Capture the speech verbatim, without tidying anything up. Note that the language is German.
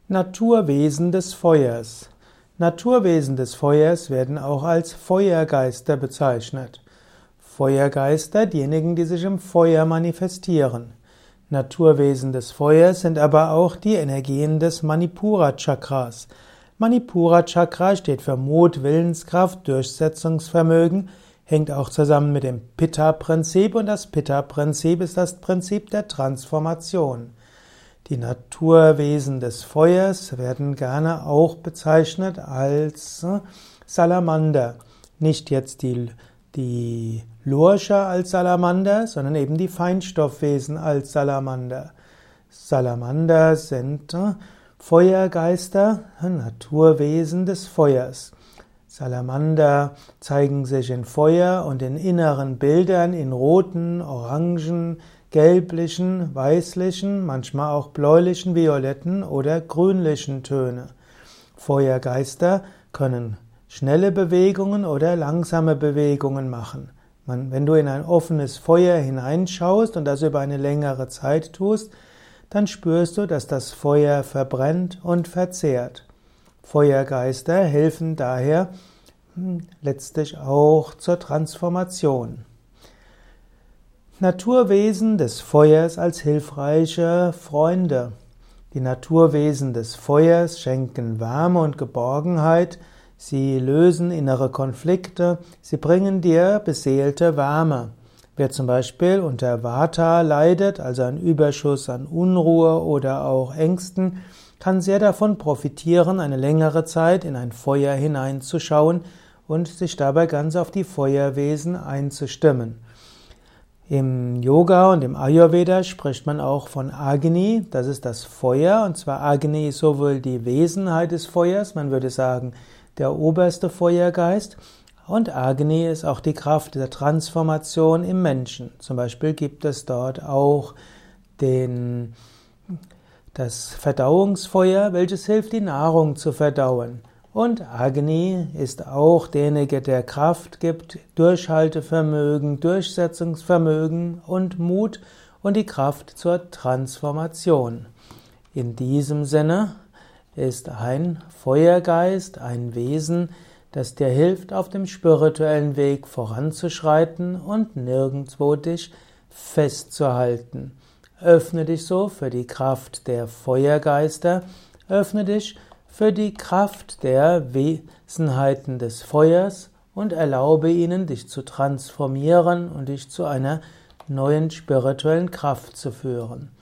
Naturwesen des Feuers. Naturwesen des Feuers werden auch als Feuergeister bezeichnet. Feuergeister, diejenigen, die sich im Feuer manifestieren. Naturwesen des Feuers sind aber auch die Energien des Manipura Chakras. Manipura Chakra steht für Mut, Willenskraft, Durchsetzungsvermögen, hängt auch zusammen mit dem Pitta-Prinzip, und das Pitta-Prinzip ist das Prinzip der Transformation. Die Naturwesen des Feuers werden gerne auch bezeichnet als Salamander. Nicht jetzt die, die Lurche als Salamander, sondern eben die Feinstoffwesen als Salamander. Salamander sind Feuergeister, Naturwesen des Feuers. Salamander zeigen sich in Feuer und in inneren Bildern, in roten, orangen, gelblichen, weißlichen, manchmal auch bläulichen, violetten oder grünlichen Töne. Feuergeister können schnelle Bewegungen oder langsame Bewegungen machen. Man, wenn du in ein offenes Feuer hineinschaust und das über eine längere Zeit tust, dann spürst du, dass das Feuer verbrennt und verzehrt. Feuergeister helfen daher letztlich auch zur Transformation. Naturwesen des Feuers als hilfreiche Freunde. Die Naturwesen des Feuers schenken Wärme und Geborgenheit, sie lösen innere Konflikte, sie bringen dir beseelte Wärme. Wer zum Beispiel unter Vata leidet, also ein Überschuss an Unruhe oder auch Ängsten, kann sehr davon profitieren, eine längere Zeit in ein Feuer hineinzuschauen und sich dabei ganz auf die Feuerwesen einzustimmen. Im Yoga und im Ayurveda spricht man auch von Agni, das ist das Feuer, und zwar Agni ist sowohl die Wesenheit des Feuers, man würde sagen der oberste Feuergeist, und Agni ist auch die Kraft der Transformation im Menschen. Zum Beispiel gibt es dort auch den, das Verdauungsfeuer, welches hilft, die Nahrung zu verdauen. Und Agni ist auch derjenige, der Kraft gibt, Durchhaltevermögen, Durchsetzungsvermögen und Mut und die Kraft zur Transformation. In diesem Sinne ist ein Feuergeist ein Wesen, das dir hilft, auf dem spirituellen Weg voranzuschreiten und nirgendwo dich festzuhalten. Öffne dich so für die Kraft der Feuergeister, öffne dich für die Kraft der Wesenheiten des Feuers und erlaube ihnen, dich zu transformieren und dich zu einer neuen spirituellen Kraft zu führen.